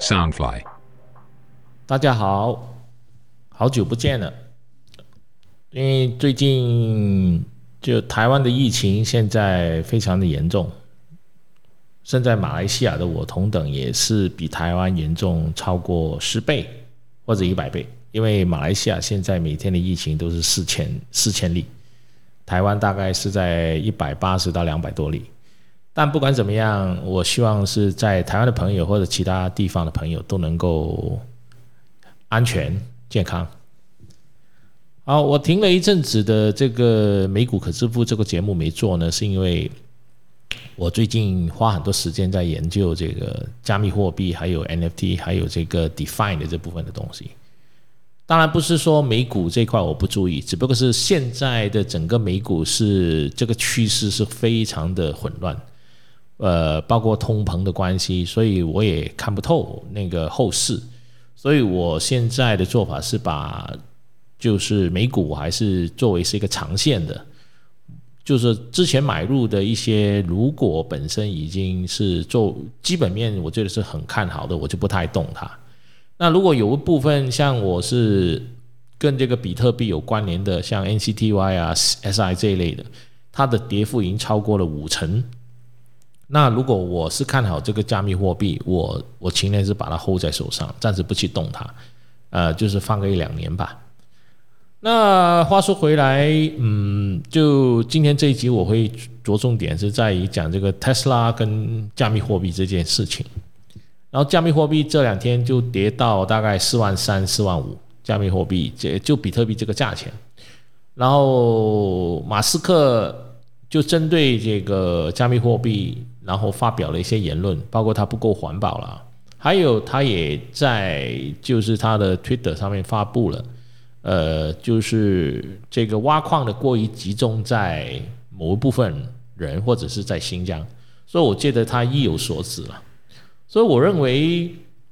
Soundfly， 大家好，好久不见了。因为最近就台湾的疫情现在非常的严重，身在马来西亚的我同等也是比台湾严重超过10倍或者100倍。因为马来西亚现在每天的疫情都是4000例，台湾大概是在180到200多例。但不管怎么样，我希望是在台湾的朋友或者其他地方的朋友都能够安全健康。好，我停了一阵子的这个美股可支付这个节目没做呢，是因为我最近花很多时间在研究这个加密货币，还有 NFT， 还有这个 DeFi 的这部分的东西。当然不是说美股这一块我不注意，只不过是现在的整个美股是这个趋势是非常的混乱。包括通膨的关系，所以我也看不透那个后市，所以我现在的做法是把就是美股还是作为是一个长线的，就是之前买入的一些，如果本身已经是做基本面我觉得是很看好的，我就不太动它。那如果有一部分像我是跟这个比特币有关联的，像 NCTY 啊 SI 这一类的，它的跌幅已经超过了50%。那如果我是看好这个加密货币，我情愿是把它 hold 在手上，暂时不去动它，就是放个1-2年吧。那话说回来，就今天这一集我会着重点是在于讲这个 Tesla 跟加密货币这件事情。然后加密货币这2天就跌到大概43000、45000，加密货币就比特币这个价钱。然后马斯克就针对这个加密货币，然后发表了一些言论，包括它不够环保了，还有他也在就是他的 Twitter 上面发布了，就是这个挖矿的过于集中在某一部分人或者是在新疆，所以我觉得他意有所指了。所以我认为，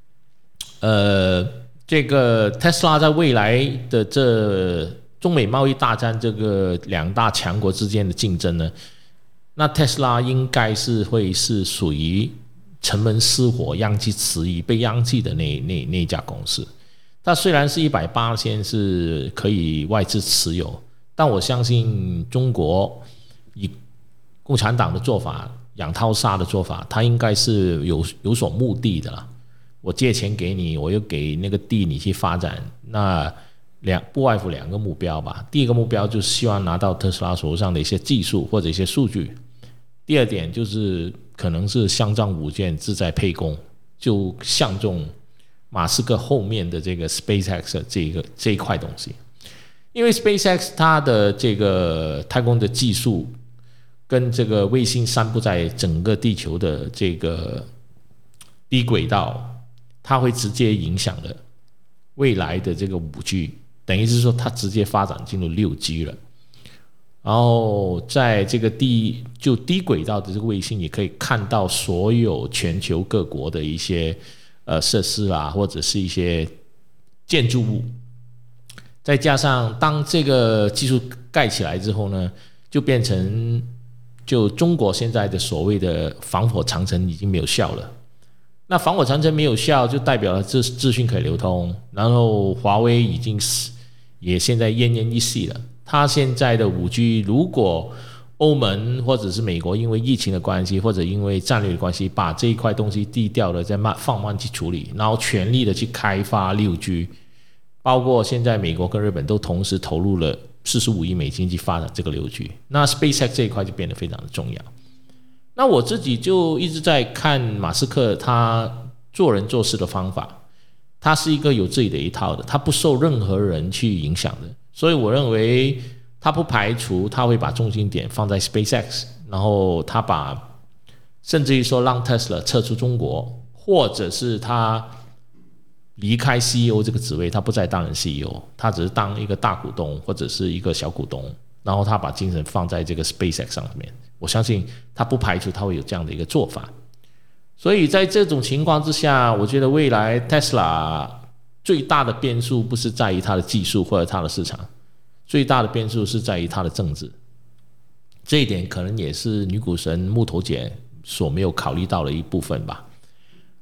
这个 Tesla 在未来的这中美贸易大战这个2大强国之间的竞争呢，那 Tesla 应该是会是属于城门失火殃及池鱼被殃及的那一家公司。它虽然是180%是可以外资持有，但我相信中国以共产党的做法，养套杀的做法，它应该是有所目的的啦。我借钱给你，我又给那个地你去发展，那不外乎2个目标吧。第一个目标就是希望拿到特斯拉手上的一些技术或者一些数据。第二点就是可能是香樟五件志在沛公，就相中马斯克后面的这个 SpaceX 这一块东西。因为 SpaceX 它的这个太空的技术跟这个卫星散布在整个地球的这个低轨道，它会直接影响了未来的这个5G， 等于是说它直接发展进入6G 了。然后在这个低轨道的这个卫星也可以看到所有全球各国的一些设施啊，或者是一些建筑物。再加上当这个技术盖起来之后呢，就变成就中国现在的所谓的防火长城已经没有效了。那防火长城没有效，就代表了资讯可以流通，然后华为已经也现在奄奄一息了。它现在的5G， 如果欧盟或者是美国因为疫情的关系，或者因为战略的关系，把这一块东西低调的再放慢去处理，然后全力的去开发6G， 包括现在美国跟日本都同时投入了45亿美金去发展这个6G， 那 SpaceX 这一块就变得非常的重要。那我自己就一直在看马斯克他做人做事的方法，他是一个有自己的一套的，他不受任何人去影响的。所以我认为他不排除他会把重心点放在 SpaceX， 然后他甚至于说让 Tesla 撤出中国，或者是他离开 CEO 这个职位，他不再担任 CEO， 他只是当一个大股东或者是一个小股东，然后他把精神放在这个 SpaceX 上面。我相信他不排除他会有这样的一个做法。所以在这种情况之下，我觉得未来 Tesla 最大的变数不是在于它的技术或者它的市场，最大的变数是在于它的政治。这一点可能也是女股神木头姐所没有考虑到的一部分吧。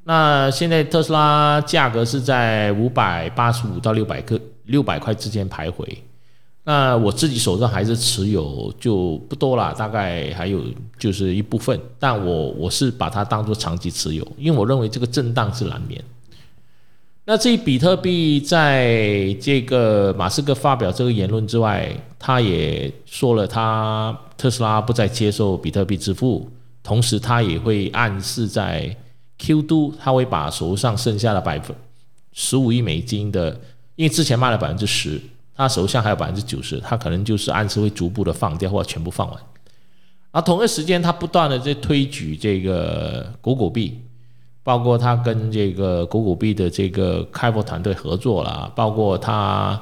那现在特斯拉价格是在585到600块之间徘徊。那我自己手上还是持有，就不多啦，大概还有就是一部分，但我是把它当作长期持有，因为我认为这个震荡是难免。那至于比特币，在这个马斯克发表这个言论之外，他也说了特斯拉不再接受比特币支付，同时他也会暗示在 Q2 他会把手上剩下的15亿美金的，因为之前卖了10%，他手上还有90%，他可能就是暗示会逐步的放掉或者全部放完。而同一时间，他不断的在推举这个狗狗币，包括他跟这个狗狗币的这个开发团队合作啦，包括他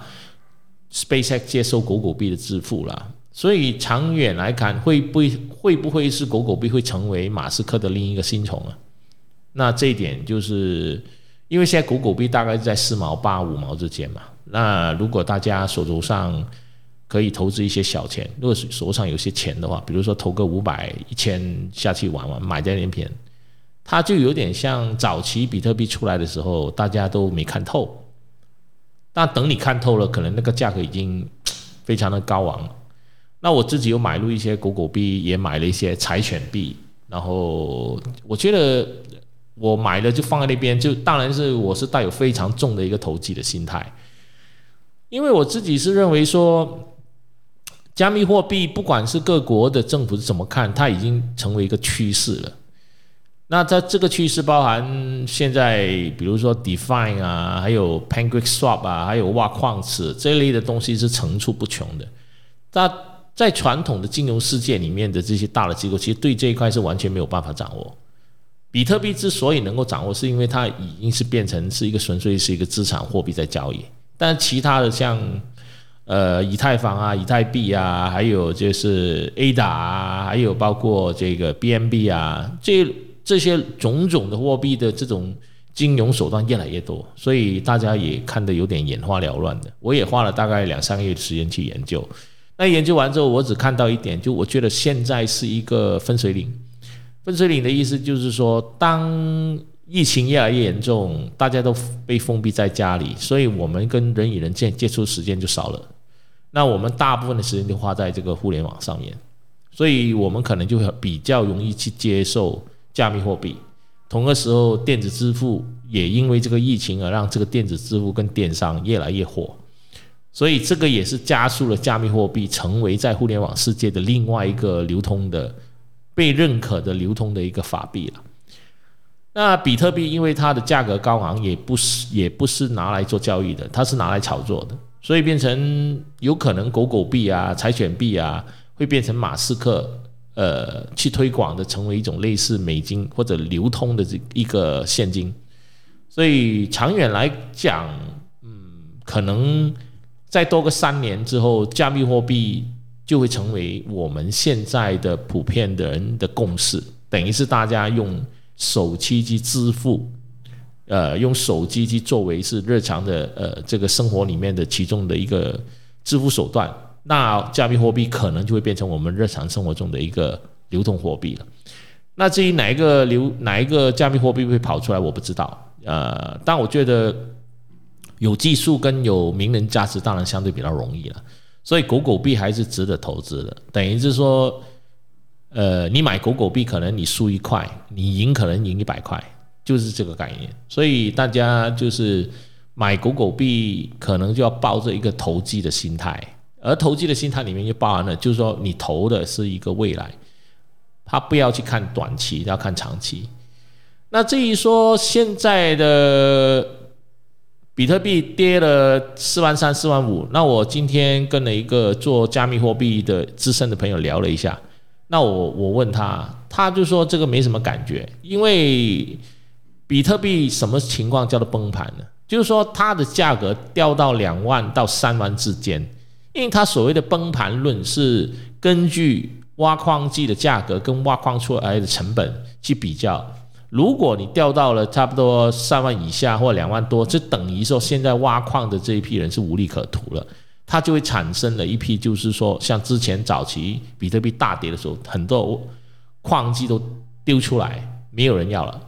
SpaceX 接受狗狗币的支付啦。所以长远来看，会不会是狗狗币会成为马斯克的另一个新宠啊？那这一点就是因为现在狗狗币大概在4毛8、5毛之间嘛。那如果大家手头上可以投资一些小钱，如果手上有些钱的话，比如说投个500、1000下去玩玩，买在那边，它就有点像早期比特币出来的时候，大家都没看透。但等你看透了，可能那个价格已经非常的高昂了。那我自己有买入一些狗狗币，也买了一些柴犬币，然后我觉得我买了就放在那边，就当然是我是带有非常重的一个投机的心态。因为我自己是认为说，加密货币不管是各国的政府是怎么看，它已经成为一个趋势了。那在这个趋势包含现在比如说 DeFi 啊，还有 PancakeSwap 啊，还有挖矿池这一类的东西是层出不穷的。那在传统的金融世界里面的这些大的机构，其实对这一块是完全没有办法掌握。比特币之所以能够掌握，是因为它已经是变成是一个纯粹是一个资产货币在交易。但其他的像以太坊啊、以太币啊，还有就是 ADA 啊，还有包括这个 BNB 啊，这些种种的货币的这种金融手段越来越多，所以大家也看得有点眼花缭乱的。我也花了大概2-3个月的时间去研究。那研究完之后，我只看到一点，就我觉得现在是一个分水岭。分水岭的意思就是说，当疫情越来越严重，大家都被封闭在家里，所以我们跟人与人接触时间就少了。那我们大部分的时间就花在这个互联网上面，所以我们可能就会比较容易去接受加密货币。同个时候，电子支付也因为这个疫情而让这个电子支付跟电商越来越火，所以这个也是加速了加密货币成为在互联网世界的另外一个流通的、被认可的流通的一个法币了。那比特币因为它的价格高昂，也不是拿来做交易的，它是拿来炒作的，所以变成有可能狗狗币啊、柴犬币啊，会变成马斯克去推广的，成为一种类似美金或者流通的这一个现金。所以长远来讲，可能再多个3年之后，加密货币就会成为我们现在的普遍的人的共识，等于是大家用手机去支付，用手机去作为是日常的这个生活里面的其中的一个支付手段。那加密货币可能就会变成我们日常生活中的一个流通货币了。那至于哪一个加密货币会跑出来，我不知道。但我觉得有技术跟有名人价值，当然相对比较容易了。所以狗狗币还是值得投资的，等于是说，你买狗狗币可能你输1块，你赢可能赢100块，就是这个概念。所以大家就是买狗狗币，可能就要抱着一个投机的心态。而投机的心态里面就包含了，就是说你投的是一个未来，他不要去看短期，要看长期。那至于说现在的比特币跌了43000、45000，那我今天跟了一个做加密货币的资深的朋友聊了一下，那我问他就说这个没什么感觉，因为比特币什么情况叫做崩盘呢？就是说它的价格掉到2万到3万之间。因为它所谓的崩盘论是根据挖矿机的价格跟挖矿出来的成本去比较，如果你掉到了差不多3万以下或2万多，就等于说现在挖矿的这一批人是无利可图了，它就会产生了一批，就是说像之前早期比特币大跌的时候，很多矿机都丢出来，没有人要了。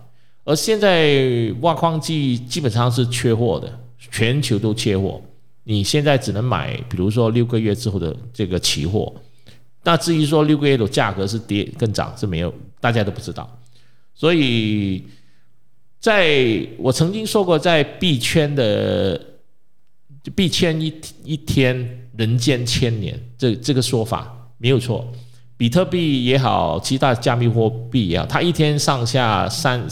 而现在挖矿机基本上是缺货的，全球都缺货。你现在只能买，比如说6个月之后的这个期货。那至于说6个月的价格是跌跟涨是没有，大家都不知道。所以，我曾经说过，在币圈一天，人间千年，这个说法没有错。比特币也好，其他加密货币也好，它一天上下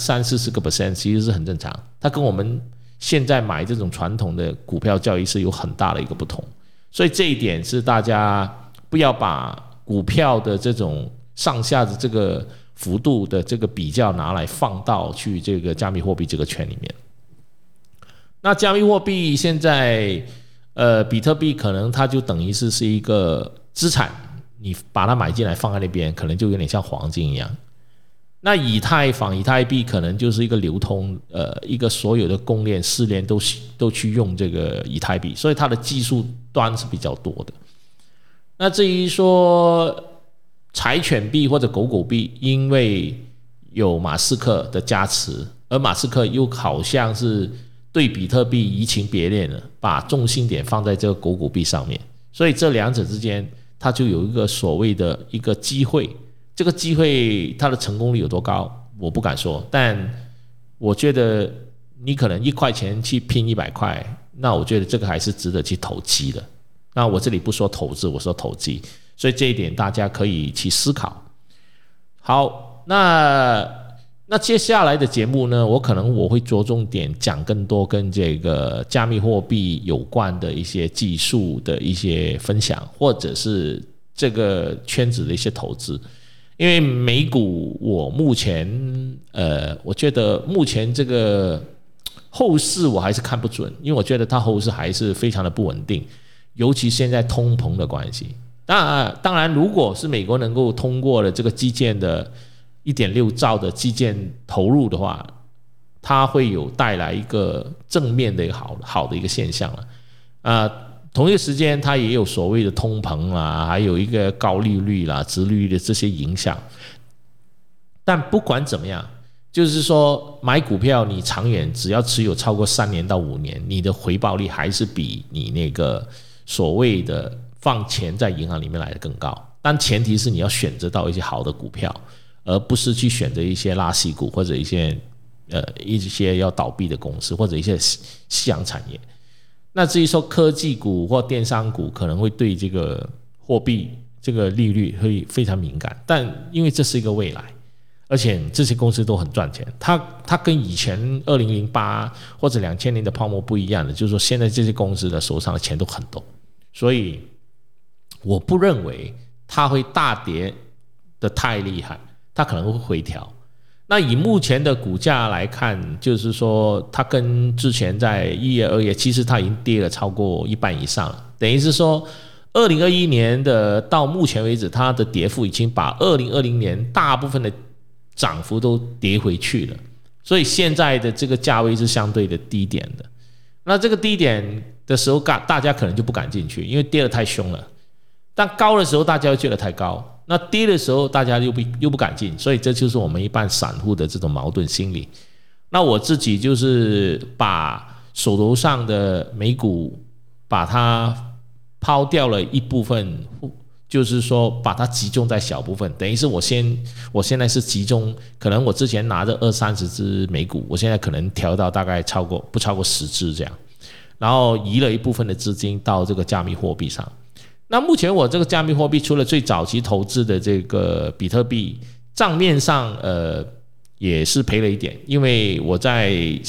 30-40%，其实是很正常。它跟我们现在买这种传统的股票交易是有很大的一个不同。所以这一点是大家不要把股票的这种上下的这个幅度的这个比较拿来放到去这个加密货币这个圈里面。那加密货币现在比特币可能它就等于是一个资产，你把它买进来放在那边，可能就有点像黄金一样。那以太币可能就是一个流通，一个所有的公链、私链都去用这个以太币，所以它的技术端是比较多的。那至于说柴犬币或者狗狗币，因为有马斯克的加持，而马斯克又好像是对比特币移情别恋了，把重心点放在这个狗狗币上面，所以这两者之间它就有一个所谓的一个机会。这个机会它的成功率有多高我不敢说，但我觉得你可能1块钱去拼100块，那我觉得这个还是值得去投机的。那我这里不说投资，我说投机，所以这一点大家可以去思考。好，那接下来的节目呢，我会着重点讲更多跟这个加密货币有关的一些技术的一些分享，或者是这个圈子的一些投资。因为美股我目前我觉得目前这个后市我还是看不准，因为我觉得它后市还是非常的不稳定，尤其现在通膨的关系。当然如果是美国能够通过了这个基建的1.6兆的基建投入的话，它会有带来一个正面的一个好的一个现象了。同一个时间它也有所谓的通膨啦，还有一个高利率啦、殖利率的这些影响。但不管怎么样，就是说买股票你长远只要持有超过3年到5年，你的回报率还是比你那个所谓的放钱在银行里面来的更高。但前提是你要选择到一些好的股票，而不是去选择一些垃圾股或者一些要倒闭的公司或者一些夕阳产业。那至于说科技股或电商股可能会对这个货币这个利率会非常敏感，但因为这是一个未来，而且这些公司都很赚钱，它跟以前2008或者2000年的泡沫不一样的，就是说现在这些公司的手上的钱都很多，所以我不认为它会大跌的太厉害，它可能会回调。那以目前的股价来看，就是说它跟之前在1月2月其实它已经跌了超过一半以上了，等于是说2021年的到目前为止它的跌幅已经把2020年大部分的涨幅都跌回去了，所以现在的这个价位是相对的低点的。那这个低点的时候大家可能就不敢进去，因为跌得太凶了，但高的时候大家又觉得太高，那跌的时候大家又不敢进，所以这就是我们一般散户的这种矛盾心理。那我自己就是把手头上的美股把它抛掉了一部分，就是说把它集中在小部分，等于是我现在是集中，可能我之前拿着20-30只美股，我现在可能调到大概不超过10只这样，然后移了一部分的资金到这个加密货币上。那目前我这个加密货币除了最早期投资的这个比特币，账面上也是赔了一点，因为我在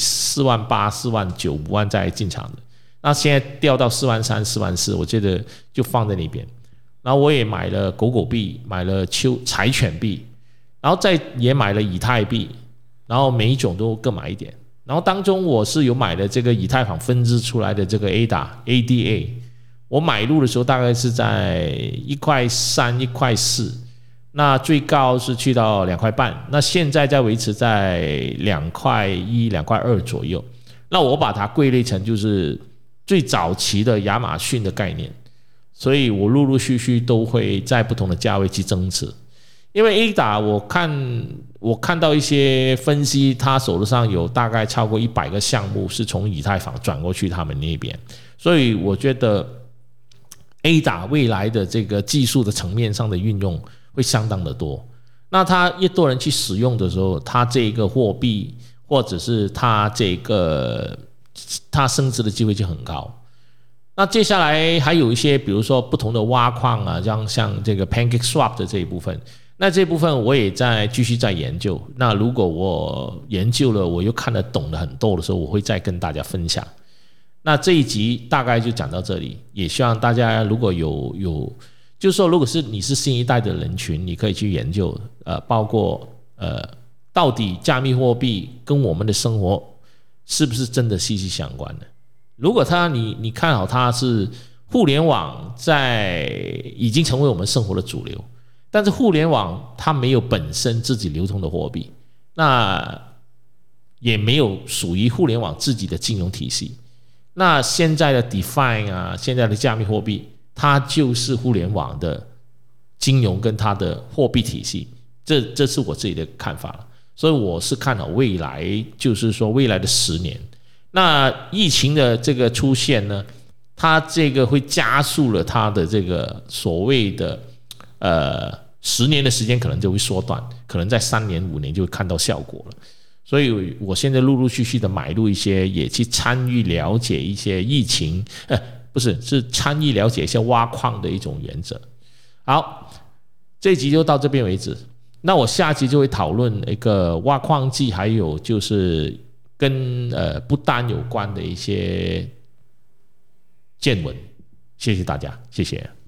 48000、49000、5万在进场的，那现在掉到43000、44000，我觉得就放在那边。然后我也买了狗狗币，买了柴犬币，然后也买了以太币，然后每一种都各买一点。然后当中我是有买了这个以太坊分支出来的这个 ADA， 我买入的时候大概是在1.3块、1.4块，那最高是去到2.5块，那现在在维持在2.1块、2.2块左右。那我把它归类成就是最早期的亚马逊的概念，所以我陆陆续续都会在不同的价位去增持。 因为 ADA 我看到一些分析，他手头上有大概超过100个项目是从以太坊转过去他们那边，所以我觉得 ADA 未来的这个技术的层面上的运用会相当的多。那它越多人去使用的时候，它这个货币或者是它升值的机会就很高。那接下来还有一些，比如说不同的挖矿啊，像这个 PancakeSwap 的这一部分，那这部分我也继续在研究。那如果我研究了，我又看得懂了很多的时候，我会再跟大家分享。那这一集大概就讲到这里，也希望大家如果有就是说，如果是你是新一代的人群，你可以去研究，包括到底加密货币跟我们的生活是不是真的息息相关的？如果你看好它是互联网已经成为我们生活的主流，但是互联网它没有本身自己流通的货币，那也没有属于互联网自己的金融体系。那现在的 DeFi 啊，现在的加密货币，它就是互联网的金融跟它的货币体系，这是我自己的看法了。所以我是看好未来，就是说未来的10年。那疫情的这个出现呢，它这个会加速了它的这个所谓的10年的时间可能就会缩短，可能在3年5年就会看到效果了。所以我现在陆陆续续的买入一些，也去参与了解一些疫情，是参与了解一些挖矿的一种原则。好，这一集就到这边为止。那我下集就会讨论一个挖矿机，还有就是跟不丹有关的一些见闻。谢谢大家，谢谢。